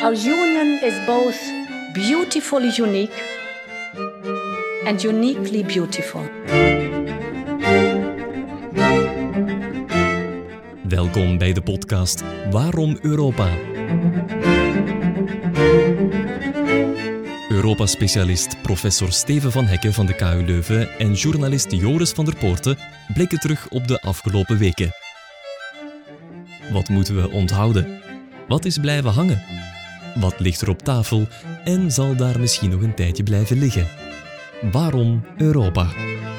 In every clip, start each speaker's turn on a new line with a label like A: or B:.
A: Our union is both beautifully unique and uniquely beautiful.
B: Welkom bij de podcast Waarom Europa? Europa-specialist professor Steven van Hekke van de KU Leuven en journalist Joris van der Poorten blikken terug op de afgelopen weken. Wat moeten we onthouden? Wat is blijven hangen? Wat ligt er op tafel en zal daar misschien nog een tijdje blijven liggen? Waarom Europa?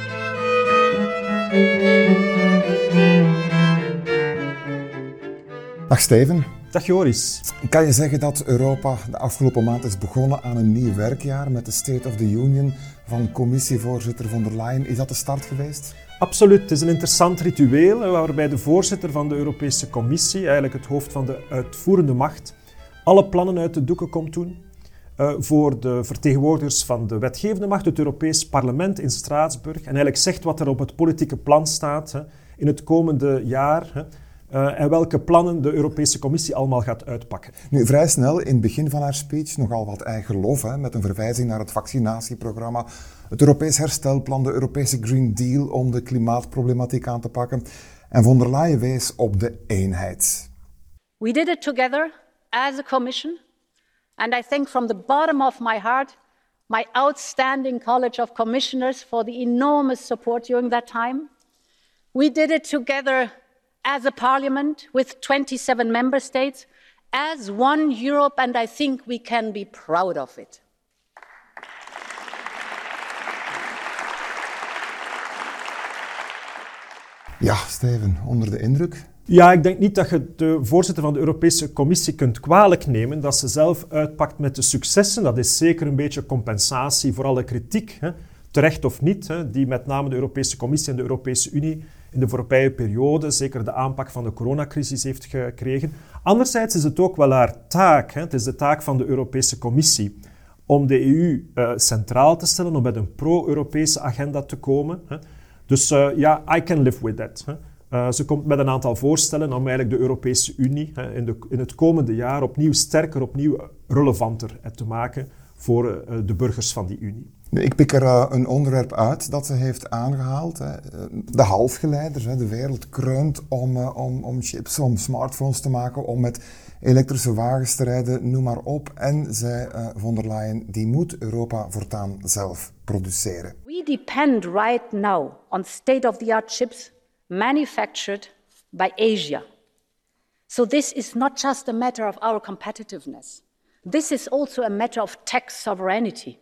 C: Dag Steven.
D: Dag Joris.
C: Kan je zeggen dat Europa de afgelopen maand is begonnen aan een nieuw werkjaar met de State of the Union van commissievoorzitter von der Leyen? Is dat de start geweest?
D: Absoluut. Het is een interessant ritueel waarbij de voorzitter van de Europese Commissie, eigenlijk het hoofd van de uitvoerende macht, alle plannen uit de doeken komt doen. Voor de vertegenwoordigers van de wetgevende macht, het Europees Parlement in Straatsburg, en eigenlijk zegt wat er op het politieke plan staat in het komende jaar. En welke plannen de Europese Commissie allemaal gaat uitpakken.
C: Nu, vrij snel in het begin van haar speech nogal wat eigen lof, met een verwijzing naar het vaccinatieprogramma, het Europees herstelplan, de Europese Green Deal om de klimaatproblematiek aan te pakken. En von der Leyen wees op de eenheid.
A: We did it together as a Commission, and I thank from the bottom of my heart my outstanding College of Commissioners for the enormous support during that time. We did it together as a parliament with 27 member states, as one Europe, and I think we can be proud of it.
C: Ja, Steven, onder de indruk?
D: Ja, ik denk niet dat je de voorzitter van de Europese Commissie kunt kwalijk nemen dat ze zelf uitpakt met de successen. Dat is zeker een beetje compensatie voor alle kritiek, terecht of niet, die met name de Europese Commissie en de Europese Unie in de voorbije periode, zeker de aanpak van de coronacrisis, heeft gekregen. Anderzijds is het ook wel haar taak, het is de taak van de Europese Commissie, om de EU centraal te stellen, om met een pro-Europese agenda te komen. Dus I can live with that. Ze komt met een aantal voorstellen om eigenlijk de Europese Unie in het komende jaar opnieuw sterker, opnieuw relevanter te maken voor de burgers van die Unie.
C: Ik pik er een onderwerp uit dat ze heeft aangehaald. De halfgeleiders. De wereld kreunt om chips, om smartphones te maken, om met elektrische wagens te rijden, noem maar op. En zei von der Leyen, die moet Europa voortaan zelf produceren.
A: We depend right now on state-of-the-art chips manufactured by Asia. So this is not just a matter of our competitiveness. This is also a matter of tech sovereignty.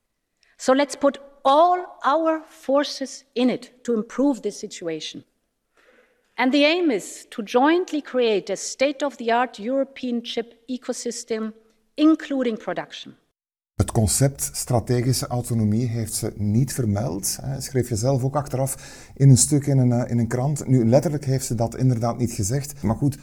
A: So let's put all our forces in it to improve this situation. And the aim is to jointly create a state-of-the-art European chip ecosystem, including production.
C: Het concept strategische autonomie heeft ze niet vermeld. Schreef je zelf ook achteraf in een stuk in een krant. Nu, letterlijk heeft ze dat inderdaad niet gezegd. Maar goed,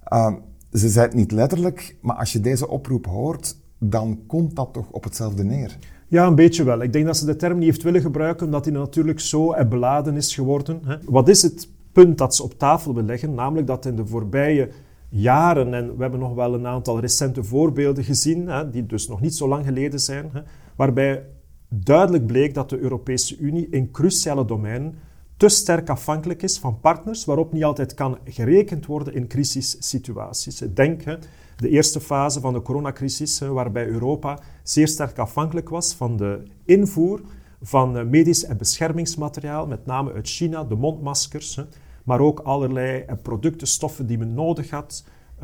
C: ze zei het niet letterlijk, maar als je deze oproep hoort, dan komt dat toch op hetzelfde neer.
D: Ja, een beetje wel. Ik denk dat ze de term niet heeft willen gebruiken, omdat die natuurlijk zo beladen is geworden. Wat is het punt dat ze op tafel wil leggen? Namelijk dat in de voorbije jaren, en we hebben nog wel een aantal recente voorbeelden gezien, die dus nog niet zo lang geleden zijn, waarbij duidelijk bleek dat de Europese Unie in cruciale domeinen te sterk afhankelijk is van partners waarop niet altijd kan gerekend worden in crisissituaties. Denk de eerste fase van de coronacrisis, waarbij Europa zeer sterk afhankelijk was van de invoer van medisch en beschermingsmateriaal, met name uit China, de mondmaskers, maar ook allerlei producten, stoffen die men nodig had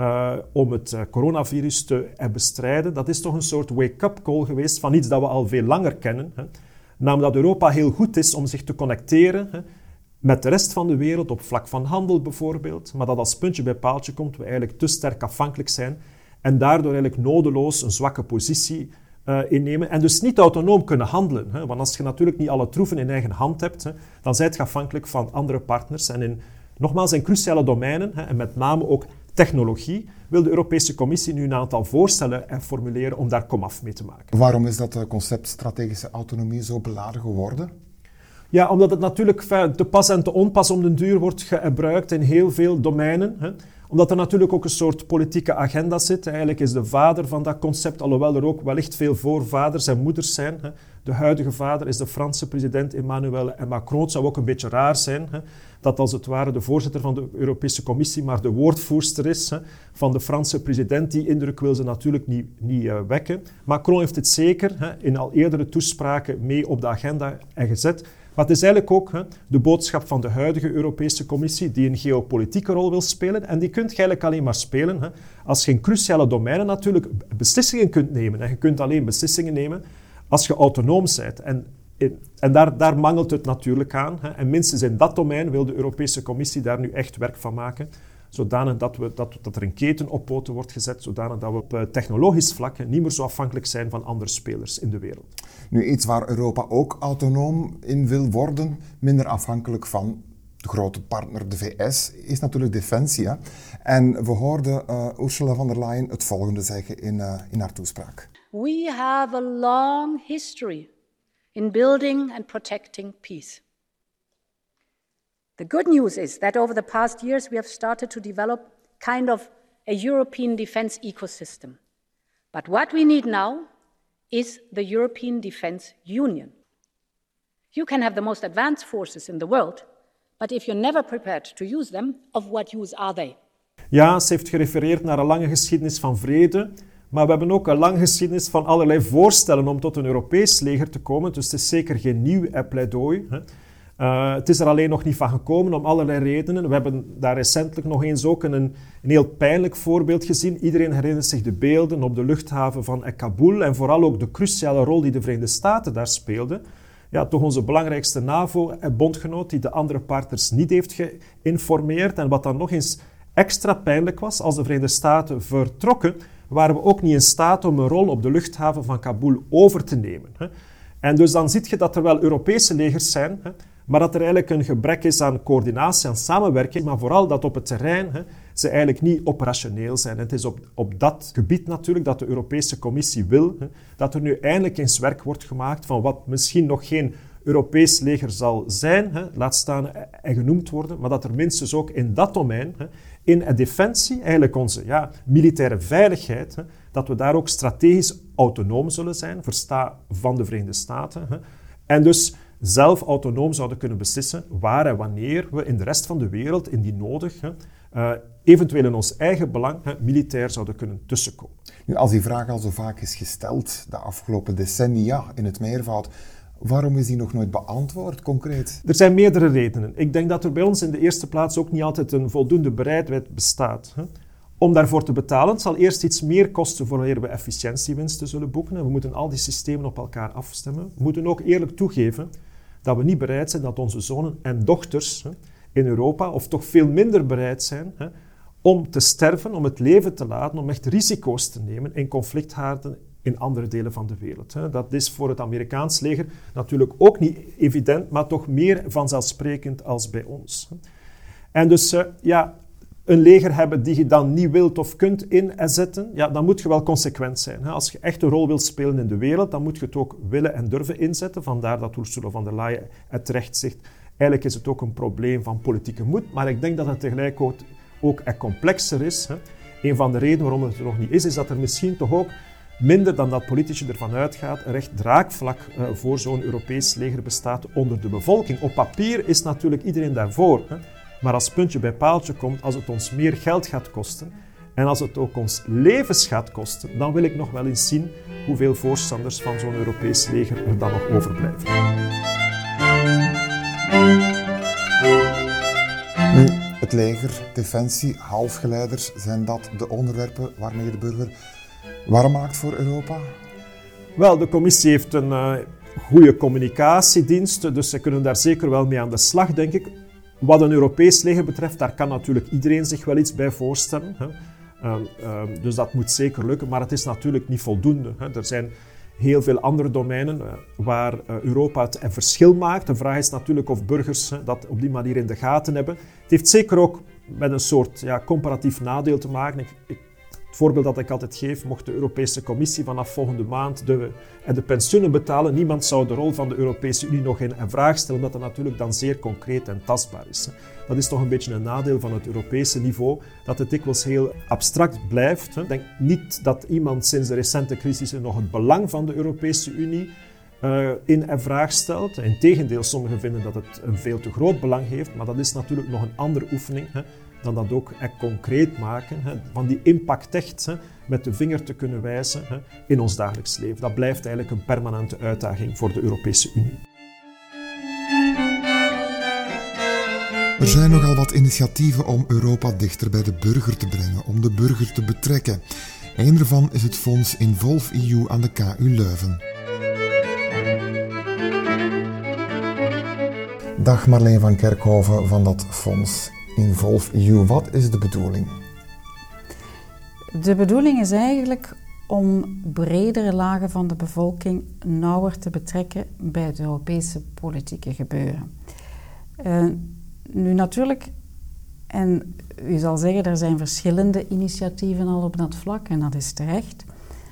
D: om het coronavirus te bestrijden. Dat is toch een soort wake-up call geweest van iets dat we al veel langer kennen. Namelijk dat Europa heel goed is om zich te connecteren met de rest van de wereld, op vlak van handel bijvoorbeeld, maar dat als puntje bij paaltje komt, we eigenlijk te sterk afhankelijk zijn en daardoor eigenlijk nodeloos een zwakke positie innemen en dus niet autonoom kunnen handelen. Want als je natuurlijk niet alle troeven in eigen hand hebt, dan ben je afhankelijk van andere partners. En nogmaals, in cruciale domeinen, en met name ook technologie, wil de Europese Commissie nu een aantal voorstellen formuleren om daar komaf mee te maken.
C: Waarom is dat concept strategische autonomie zo beladen geworden?
D: Ja, omdat het natuurlijk te pas en te onpas om den duur wordt gebruikt in heel veel domeinen. Omdat er natuurlijk ook een soort politieke agenda zit. Eigenlijk is de vader van dat concept, alhoewel er ook wellicht veel voorvaders en moeders zijn. De huidige vader is de Franse president Emmanuel Macron. Het zou ook een beetje raar zijn dat als het ware de voorzitter van de Europese Commissie maar de woordvoerster is van de Franse president. Die indruk wil ze natuurlijk niet wekken. Macron heeft het zeker in al eerdere toespraken mee op de agenda gezet. Maar het is eigenlijk ook de boodschap van de huidige Europese Commissie die een geopolitieke rol wil spelen. En die kun je eigenlijk alleen maar spelen als je in cruciale domeinen natuurlijk beslissingen kunt nemen. En je kunt alleen beslissingen nemen als je autonoom bent. En daar mangelt het natuurlijk aan. En minstens in dat domein wil de Europese Commissie daar nu echt werk van maken. Zodanig dat er een keten op poten wordt gezet, zodanig dat we op technologisch vlak niet meer zo afhankelijk zijn van andere spelers in de wereld.
C: Nu, iets waar Europa ook autonoom in wil worden, minder afhankelijk van de grote partner, de VS, is natuurlijk defensie. Hè? En we hoorden Ursula von der Leyen het volgende zeggen in haar toespraak.
A: We have a long history in building and protecting peace. The good news is that over the past years we have started to develop kind of a European defense ecosystem. But what we need now is the European Defense Union. You can have the most advanced forces in the world, but if you're never prepared to use them, of what use are they?
D: Ja, ze heeft gerefereerd naar een lange geschiedenis van vrede, maar we hebben ook een lange geschiedenis van allerlei voorstellen om tot een Europees leger te komen, dus het is zeker geen nieuw pleidooi. Het is er alleen nog niet van gekomen om allerlei redenen. We hebben daar recentelijk nog eens ook een heel pijnlijk voorbeeld gezien. Iedereen herinnert zich de beelden op de luchthaven van Kabul en vooral ook de cruciale rol die de Verenigde Staten daar speelden. Ja, toch onze belangrijkste NAVO-bondgenoot die de andere partners niet heeft geïnformeerd. En wat dan nog eens extra pijnlijk was, als de Verenigde Staten vertrokken, waren we ook niet in staat om een rol op de luchthaven van Kabul over te nemen. En dus dan zie je dat er wel Europese legers zijn, maar dat er eigenlijk een gebrek is aan coördinatie, aan samenwerking, maar vooral dat op het terrein ze eigenlijk niet operationeel zijn. En het is op dat gebied natuurlijk dat de Europese Commissie wil dat er nu eindelijk eens werk wordt gemaakt van wat misschien nog geen Europees leger zal zijn, laat staan en genoemd worden, maar dat er minstens ook in dat domein, in defensie, eigenlijk onze militaire veiligheid, dat we daar ook strategisch autonoom zullen zijn, versta van de Verenigde Staten. En dus zelf autonoom zouden kunnen beslissen waar en wanneer we in de rest van de wereld, indien nodig, eventueel in ons eigen belang, militair zouden kunnen tussenkomen.
C: Nu, als die vraag al zo vaak is gesteld, de afgelopen decennia in het meervoud, waarom is die nog nooit beantwoord, concreet?
D: Er zijn meerdere redenen. Ik denk dat er bij ons in de eerste plaats ook niet altijd een voldoende bereidheid bestaat. Om daarvoor te betalen, het zal eerst iets meer kosten voordat we efficiëntiewinsten zullen boeken. En we moeten al die systemen op elkaar afstemmen. We moeten ook eerlijk toegeven dat we niet bereid zijn dat onze zonen en dochters in Europa, of toch veel minder bereid zijn, om te sterven, om het leven te laten, om echt risico's te nemen in conflicthaarden in andere delen van de wereld. Dat is voor het Amerikaans leger natuurlijk ook niet evident, maar toch meer vanzelfsprekend als bij ons. En dus een leger hebben die je dan niet wilt of kunt inzetten, dan moet je wel consequent zijn. Als je echt een rol wilt spelen in de wereld, dan moet je het ook willen en durven inzetten. Vandaar dat Ursula von der Leyen het terecht zegt. Eigenlijk is het ook een probleem van politieke moed, maar ik denk dat het tegelijk ook complexer is. Een van de redenen waarom het er nog niet is dat er misschien toch ook minder dan dat politici ervan uitgaat, een recht draagvlak voor zo'n Europees leger bestaat onder de bevolking. Op papier is natuurlijk iedereen daarvoor. Maar als puntje bij paaltje komt, als het ons meer geld gaat kosten en als het ook ons levens gaat kosten, dan wil ik nog wel eens zien hoeveel voorstanders van zo'n Europees leger er dan nog overblijven.
C: Nu, het leger, defensie, halfgeleiders, zijn dat de onderwerpen waarmee de burger warm maakt voor Europa?
D: Wel, de commissie heeft een goede communicatiedienst, dus ze kunnen daar zeker wel mee aan de slag, denk ik. Wat een Europees leger betreft, daar kan natuurlijk iedereen zich wel iets bij voorstellen. Dus dat moet zeker lukken, maar het is natuurlijk niet voldoende. Er zijn heel veel andere domeinen waar Europa het een verschil maakt. De vraag is natuurlijk of burgers dat op die manier in de gaten hebben. Het heeft zeker ook met een soort comparatief nadeel te maken. Het voorbeeld dat ik altijd geef, mocht de Europese Commissie vanaf volgende maand de pensioenen betalen, niemand zou de rol van de Europese Unie nog in vraag stellen, omdat dat natuurlijk dan zeer concreet en tastbaar is. Dat is toch een beetje een nadeel van het Europese niveau, dat het dikwijls heel abstract blijft. Ik denk niet dat iemand sinds de recente crisis nog het belang van de Europese Unie in vraag stelt. Integendeel, sommigen vinden dat het een veel te groot belang heeft, maar dat is natuurlijk nog een andere oefening dan dat ook echt concreet maken, van die impact echt met de vinger te kunnen wijzen in ons dagelijks leven. Dat blijft eigenlijk een permanente uitdaging voor de Europese Unie.
C: Er zijn nogal wat initiatieven om Europa dichter bij de burger te brengen, om de burger te betrekken. Eén daarvan is het fonds Involve EU aan de KU Leuven. Dag Marleen van Kerkhoven van dat fonds Involve EU. Wat is de bedoeling?
E: De bedoeling is eigenlijk om bredere lagen van de bevolking nauwer te betrekken bij het Europese politieke gebeuren. Nu natuurlijk, en u zal zeggen, er zijn verschillende initiatieven al op dat vlak en dat is terecht.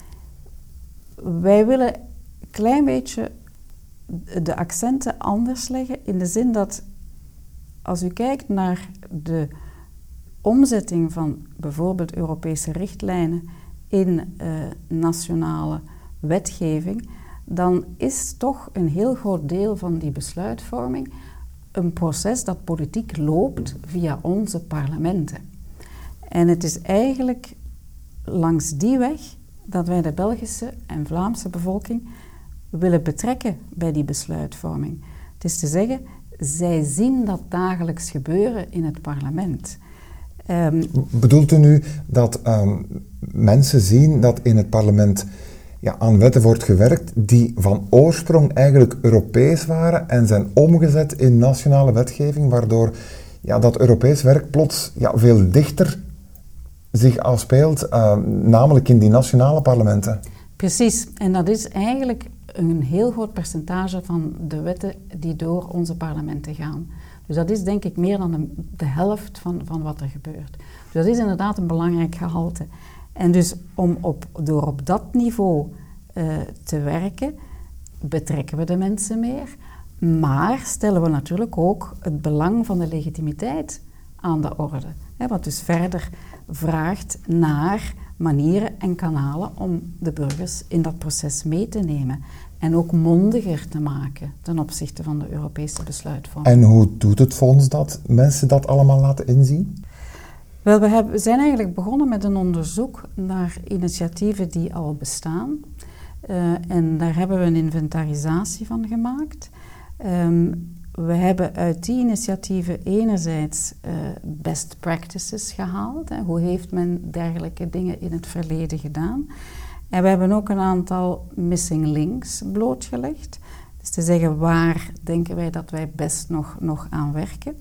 E: Wij willen een klein beetje de accenten anders leggen in de zin dat als u kijkt naar de omzetting van bijvoorbeeld Europese richtlijnen in nationale wetgeving, dan is toch een heel groot deel van die besluitvorming een proces dat politiek loopt via onze parlementen. En het is eigenlijk langs die weg dat wij de Belgische en Vlaamse bevolking willen betrekken bij die besluitvorming. Het is te zeggen, zij zien dat dagelijks gebeuren in het parlement.
C: Bedoelt u nu dat mensen zien dat in het parlement aan wetten wordt gewerkt die van oorsprong eigenlijk Europees waren en zijn omgezet in nationale wetgeving, waardoor dat Europees werk plots veel dichter zich afspeelt, namelijk in die nationale parlementen?
E: Precies, en dat is eigenlijk een heel groot percentage van de wetten die door onze parlementen gaan. Dus dat is denk ik meer dan de helft van wat er gebeurt. Dus dat is inderdaad een belangrijk gehalte. En dus door op dat niveau te werken, betrekken we de mensen meer. Maar stellen we natuurlijk ook het belang van de legitimiteit aan de orde. Wat dus verder vraagt naar manieren en kanalen om de burgers in dat proces mee te nemen. En ook mondiger te maken ten opzichte van de Europese besluitvorming.
C: En hoe doet het fonds dat? Mensen dat allemaal laten inzien?
E: Wel, we zijn eigenlijk begonnen met een onderzoek naar initiatieven die al bestaan. En daar hebben we een inventarisatie van gemaakt. We hebben uit die initiatieven enerzijds best practices gehaald. Hoe heeft men dergelijke dingen in het verleden gedaan? En we hebben ook een aantal missing links blootgelegd. Dus te zeggen, waar denken wij dat wij best nog aan werken?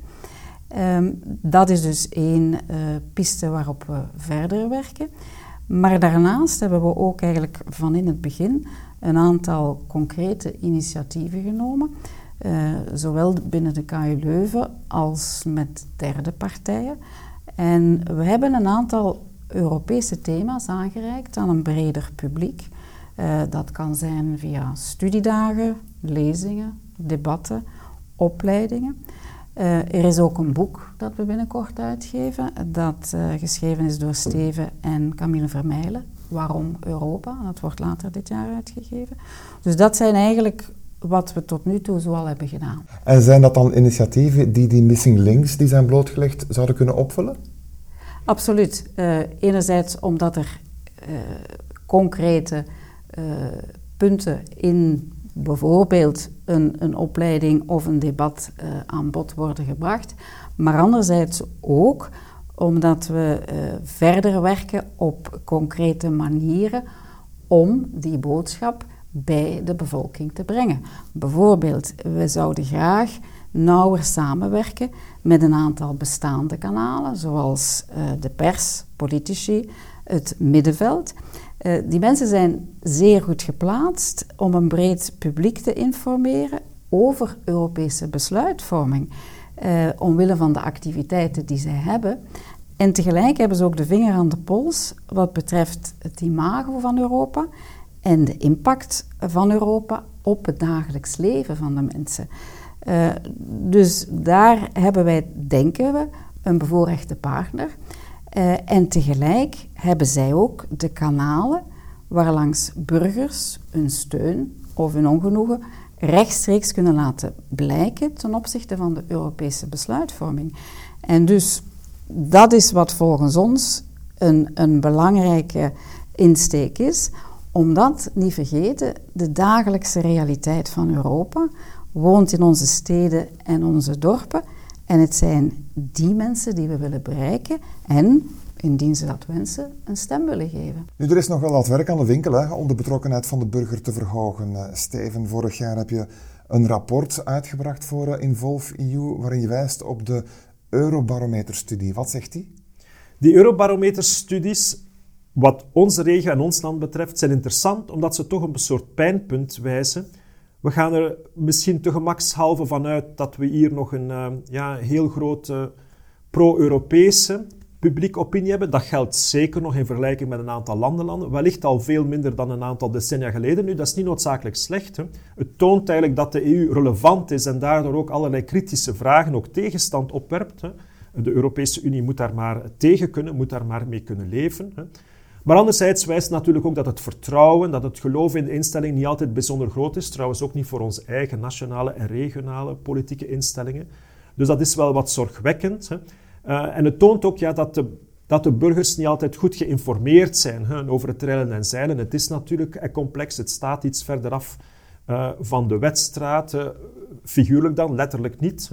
E: Dat is dus één piste waarop we verder werken. Maar daarnaast hebben we ook eigenlijk van in het begin een aantal concrete initiatieven genomen. Zowel binnen de KU Leuven als met derde partijen. En we hebben een aantal Europese thema's aangereikt aan een breder publiek. Dat kan zijn via studiedagen, lezingen, debatten, opleidingen. Er is ook een boek dat we binnenkort uitgeven, dat geschreven is door Steven en Camille Vermeijlen. Waarom Europa? Dat wordt later dit jaar uitgegeven. Dus dat zijn eigenlijk wat we tot nu toe zoal hebben gedaan.
C: En zijn dat dan initiatieven die missing links die zijn blootgelegd zouden kunnen opvullen?
E: Absoluut. Enerzijds omdat er concrete punten in bijvoorbeeld een opleiding of een debat aan bod worden gebracht. Maar anderzijds ook omdat we verder werken op concrete manieren om die boodschap bij de bevolking te brengen. Bijvoorbeeld, we zouden graag nauwer samenwerken met een aantal bestaande kanalen, zoals de pers, politici, het middenveld. Die mensen zijn zeer goed geplaatst om een breed publiek te informeren over Europese besluitvorming, omwille van de activiteiten die zij hebben En tegelijk hebben ze ook de vinger aan de pols wat betreft het imago van Europa en de impact van Europa op het dagelijks leven van de mensen. Dus daar hebben wij, denken we, een bevoorrechte partner. En tegelijk hebben zij ook de kanalen waarlangs burgers hun steun of hun ongenoegen rechtstreeks kunnen laten blijken ten opzichte van de Europese besluitvorming. En dus dat is wat volgens ons een belangrijke insteek is, omdat, niet vergeten, de dagelijkse realiteit van Europa woont in onze steden en onze dorpen. En het zijn die mensen die we willen bereiken en, indien ze dat wensen, een stem willen geven.
C: Nu, er is nog wel wat werk aan de winkel hè, om de betrokkenheid van de burger te verhogen. Steven, vorig jaar heb je een rapport uitgebracht voor Involve.EU waarin je wijst op de Eurobarometer-studie. Wat zegt die?
D: Die Eurobarometer-studies, wat onze regio en ons land betreft, zijn interessant omdat ze toch op een soort pijnpunt wijzen. We gaan er misschien te gemakshalve vanuit dat we hier nog een heel grote pro-Europese publieke opinie hebben. Dat geldt zeker nog in vergelijking met een aantal landen. Wellicht al veel minder dan een aantal decennia geleden. Nu, dat is niet noodzakelijk slecht. Hè. Het toont eigenlijk dat de EU relevant is en daardoor ook allerlei kritische vragen, ook tegenstand opwerpt. Hè. De Europese Unie moet daar maar tegen kunnen, moet daar maar mee kunnen leven. Hè. Maar anderzijds wijst natuurlijk ook dat het vertrouwen, dat het geloof in de instelling niet altijd bijzonder groot is. Trouwens ook niet voor onze eigen nationale en regionale politieke instellingen. Dus dat is wel wat zorgwekkend. Hè. En het toont ook dat de burgers niet altijd goed geïnformeerd zijn over het trillen en zeilen. Het is natuurlijk complex, het staat iets verder af van de wedstraat, figuurlijk dan, letterlijk niet.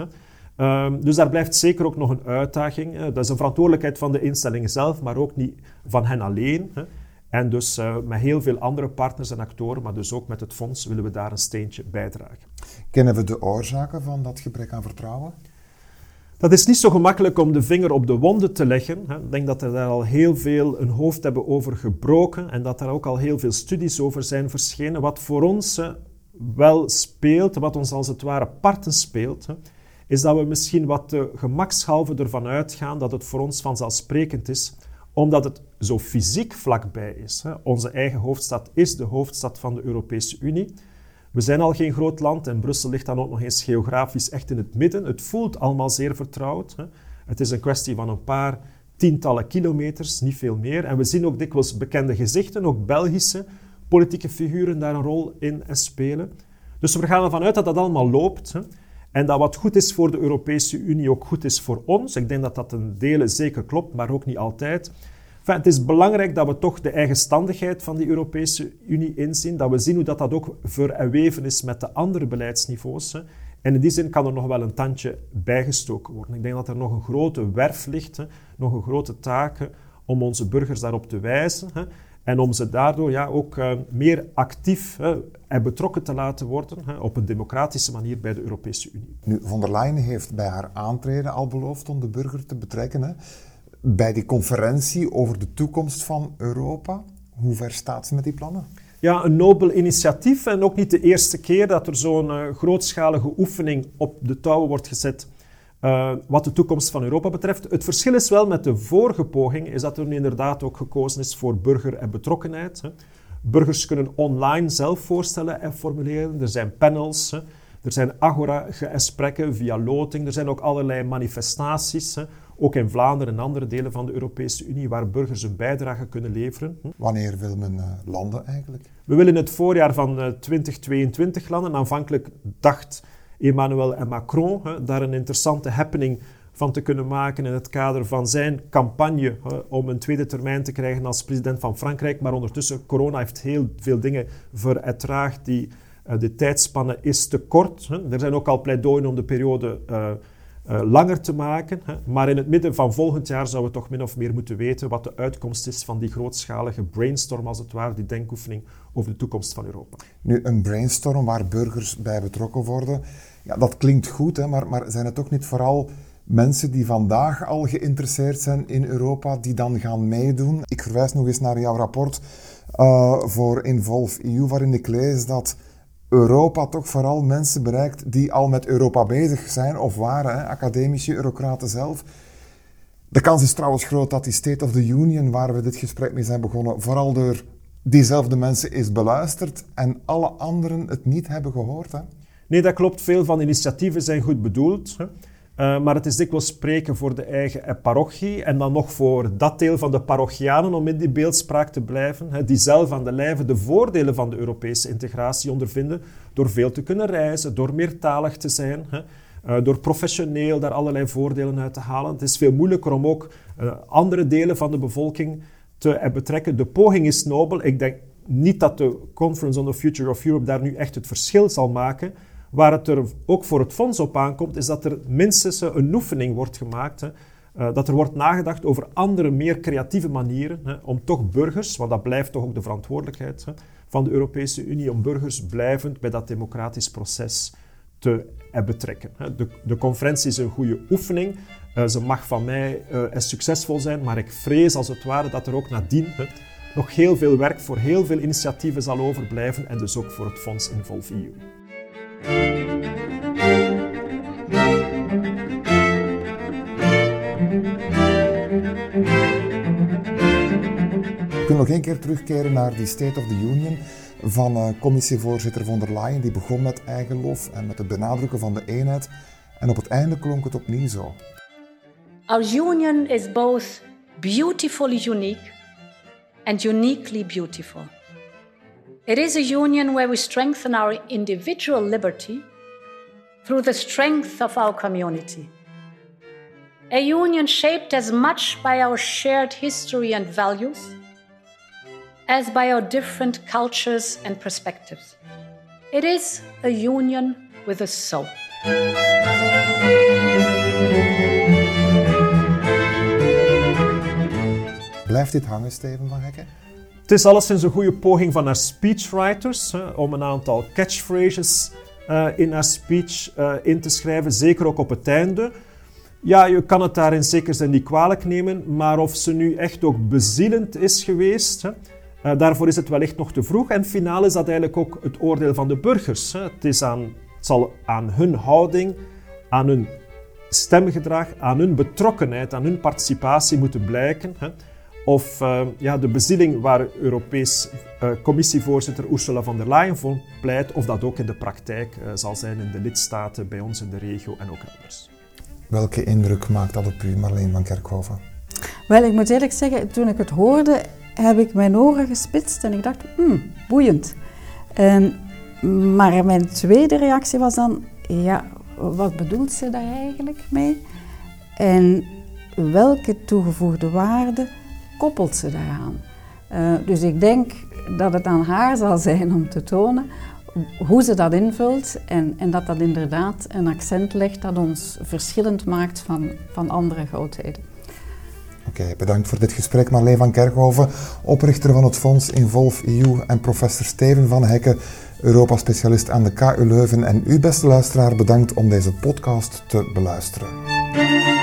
D: Dus daar blijft zeker ook nog een uitdaging. Dat is een verantwoordelijkheid van de instellingen zelf, maar ook niet van hen alleen. En dus met heel veel andere partners en actoren, maar dus ook met het fonds, willen we daar een steentje bijdragen.
C: Kennen we de oorzaken van dat gebrek aan vertrouwen?
D: Dat is niet zo gemakkelijk om de vinger op de wonden te leggen. Ik denk dat er daar al heel veel een hoofd hebben over gebroken en dat er ook al heel veel studies over zijn verschenen. Wat voor ons wel speelt, wat ons als het ware parten speelt, is dat we misschien wat te gemakshalve ervan uitgaan dat het voor ons vanzelfsprekend is, omdat het zo fysiek vlakbij is. Onze eigen hoofdstad is de hoofdstad van de Europese Unie. We zijn al geen groot land en Brussel ligt dan ook nog eens geografisch echt in het midden. Het voelt allemaal zeer vertrouwd. Het is een kwestie van een paar tientallen kilometers, niet veel meer. En we zien ook dikwijls bekende gezichten, ook Belgische politieke figuren daar een rol in spelen. Dus we gaan ervan uit dat dat allemaal loopt. En dat wat goed is voor de Europese Unie ook goed is voor ons. Ik denk dat dat ten dele zeker klopt, maar ook niet altijd. Enfin, het is belangrijk dat we toch de eigenstandigheid van die Europese Unie inzien. Dat we zien hoe dat ook verweven is met de andere beleidsniveaus. En in die zin kan er nog wel een tandje bijgestoken worden. Ik denk dat er nog een grote werf ligt, nog een grote taak om onze burgers daarop te wijzen. En om ze daardoor ook meer actief en betrokken te laten worden op een democratische manier bij de Europese Unie.
C: Nu, von der Leyen heeft bij haar aantreden al beloofd om de burger te betrekken. Bij die conferentie over de toekomst van Europa. Hoe ver staat ze met die plannen?
D: Ja, een nobel initiatief en ook niet de eerste keer dat er zo'n grootschalige oefening op de touwen wordt gezet wat de toekomst van Europa betreft. Het verschil is wel met de vorige poging, is dat er nu inderdaad ook gekozen is voor burger en betrokkenheid. Burgers kunnen online zelf voorstellen en formuleren. Er zijn panels, er zijn agora-gesprekken via loting. Er zijn ook allerlei manifestaties, ook in Vlaanderen en andere delen van de Europese Unie, waar burgers een bijdrage kunnen leveren.
C: Wanneer wil men landen eigenlijk?
D: We willen in het voorjaar van 2022 landen. Aanvankelijk dacht Emmanuel en Macron daar een interessante happening van te kunnen maken in het kader van zijn campagne om een tweede termijn te krijgen als president van Frankrijk. Maar ondertussen, corona heeft heel veel dingen vertraagd. De tijdspanne is te kort. Er zijn ook al pleidooien om de periode langer te maken. Maar in het midden van volgend jaar zouden we toch min of meer moeten weten wat de uitkomst is van die grootschalige brainstorm, als het ware, die denkoefening over de toekomst van Europa.
C: Nu, een brainstorm waar burgers bij betrokken worden, ja, dat klinkt goed, maar zijn het toch niet vooral mensen die vandaag al geïnteresseerd zijn in Europa, die dan gaan meedoen? Ik verwijs nog eens naar jouw rapport voor Involve.EU, waarin ik lees dat Europa toch vooral mensen bereikt die al met Europa bezig zijn of waren, academici, eurocraten zelf. De kans is trouwens groot dat die State of the Union, waar we dit gesprek mee zijn begonnen, vooral door diezelfde mensen is beluisterd en alle anderen het niet hebben gehoord. Hè?
D: Nee, dat klopt. Veel van de initiatieven zijn goed bedoeld. Maar het is dikwijls spreken voor de eigen parochie en dan nog voor dat deel van de parochianen om in die beeldspraak te blijven, die zelf aan de lijve de voordelen van de Europese integratie ondervinden door veel te kunnen reizen, door meertalig te zijn, door professioneel daar allerlei voordelen uit te halen. Het is veel moeilijker om ook andere delen van de bevolking te betrekken. De poging is nobel. Ik denk niet dat de Conference on the Future of Europe daar nu echt het verschil zal maken. Waar het er ook voor het fonds op aankomt, is dat er minstens een oefening wordt gemaakt. Dat er wordt nagedacht over andere, meer creatieve manieren om toch burgers, want dat blijft toch ook de verantwoordelijkheid van de Europese Unie, om burgers blijvend bij dat democratisch proces te betrekken. De conferentie is een goede oefening. Ze mag van mij succesvol zijn, maar ik vrees als het ware dat er ook nadien nog heel veel werk voor heel veel initiatieven zal overblijven en dus ook voor het fonds InvolveEU.
C: Ik wil nog één keer terugkeren naar die State of the Union van commissievoorzitter von der Leyen. Die begon met eigen lof en met het benadrukken van de eenheid. En op het einde klonk het opnieuw zo.
A: Our union is both beautifully unique and uniquely beautiful. It is a union where we strengthen our individual liberty through the strength of our community. A union shaped as much by our shared history and values as by our different cultures and perspectives. It is a union with a soul.
C: Blijft dit hangen, Steven van Hekke?
D: Het is alleszins een goede poging van haar speechwriters om een aantal catchphrases in haar speech in te schrijven, zeker ook op het einde. Ja, je kan het daar in zekere zin niet kwalijk nemen, maar of ze nu echt ook bezielend is geweest, daarvoor is het wellicht nog te vroeg. En finaal is dat eigenlijk ook het oordeel van de burgers. Het zal aan hun houding, aan hun stemgedrag, aan hun betrokkenheid, aan hun participatie moeten blijken. Of de bezieling waar Europees commissievoorzitter Ursula von der Leyen voor pleit, of dat ook in de praktijk zal zijn in de lidstaten, bij ons in de regio en ook elders.
C: Welke indruk maakt dat op u, Marleen van Kerkhoven?
E: Wel, ik moet eerlijk zeggen, toen ik het hoorde, heb ik mijn oren gespitst en ik dacht, boeiend. Maar mijn tweede reactie was dan, ja, wat bedoelt ze daar eigenlijk mee? En welke toegevoegde waarde koppelt ze daaraan? Dus ik denk dat het aan haar zal zijn om te tonen hoe ze dat invult en dat dat inderdaad een accent legt dat ons verschillend maakt van andere grootheden.
C: Oké, bedankt voor dit gesprek Marleen van Kerkhoven, oprichter van het fonds InvolveEU en professor Steven van Hekke, Europa-specialist aan de KU Leuven. En u, beste luisteraar, bedankt om deze podcast te beluisteren.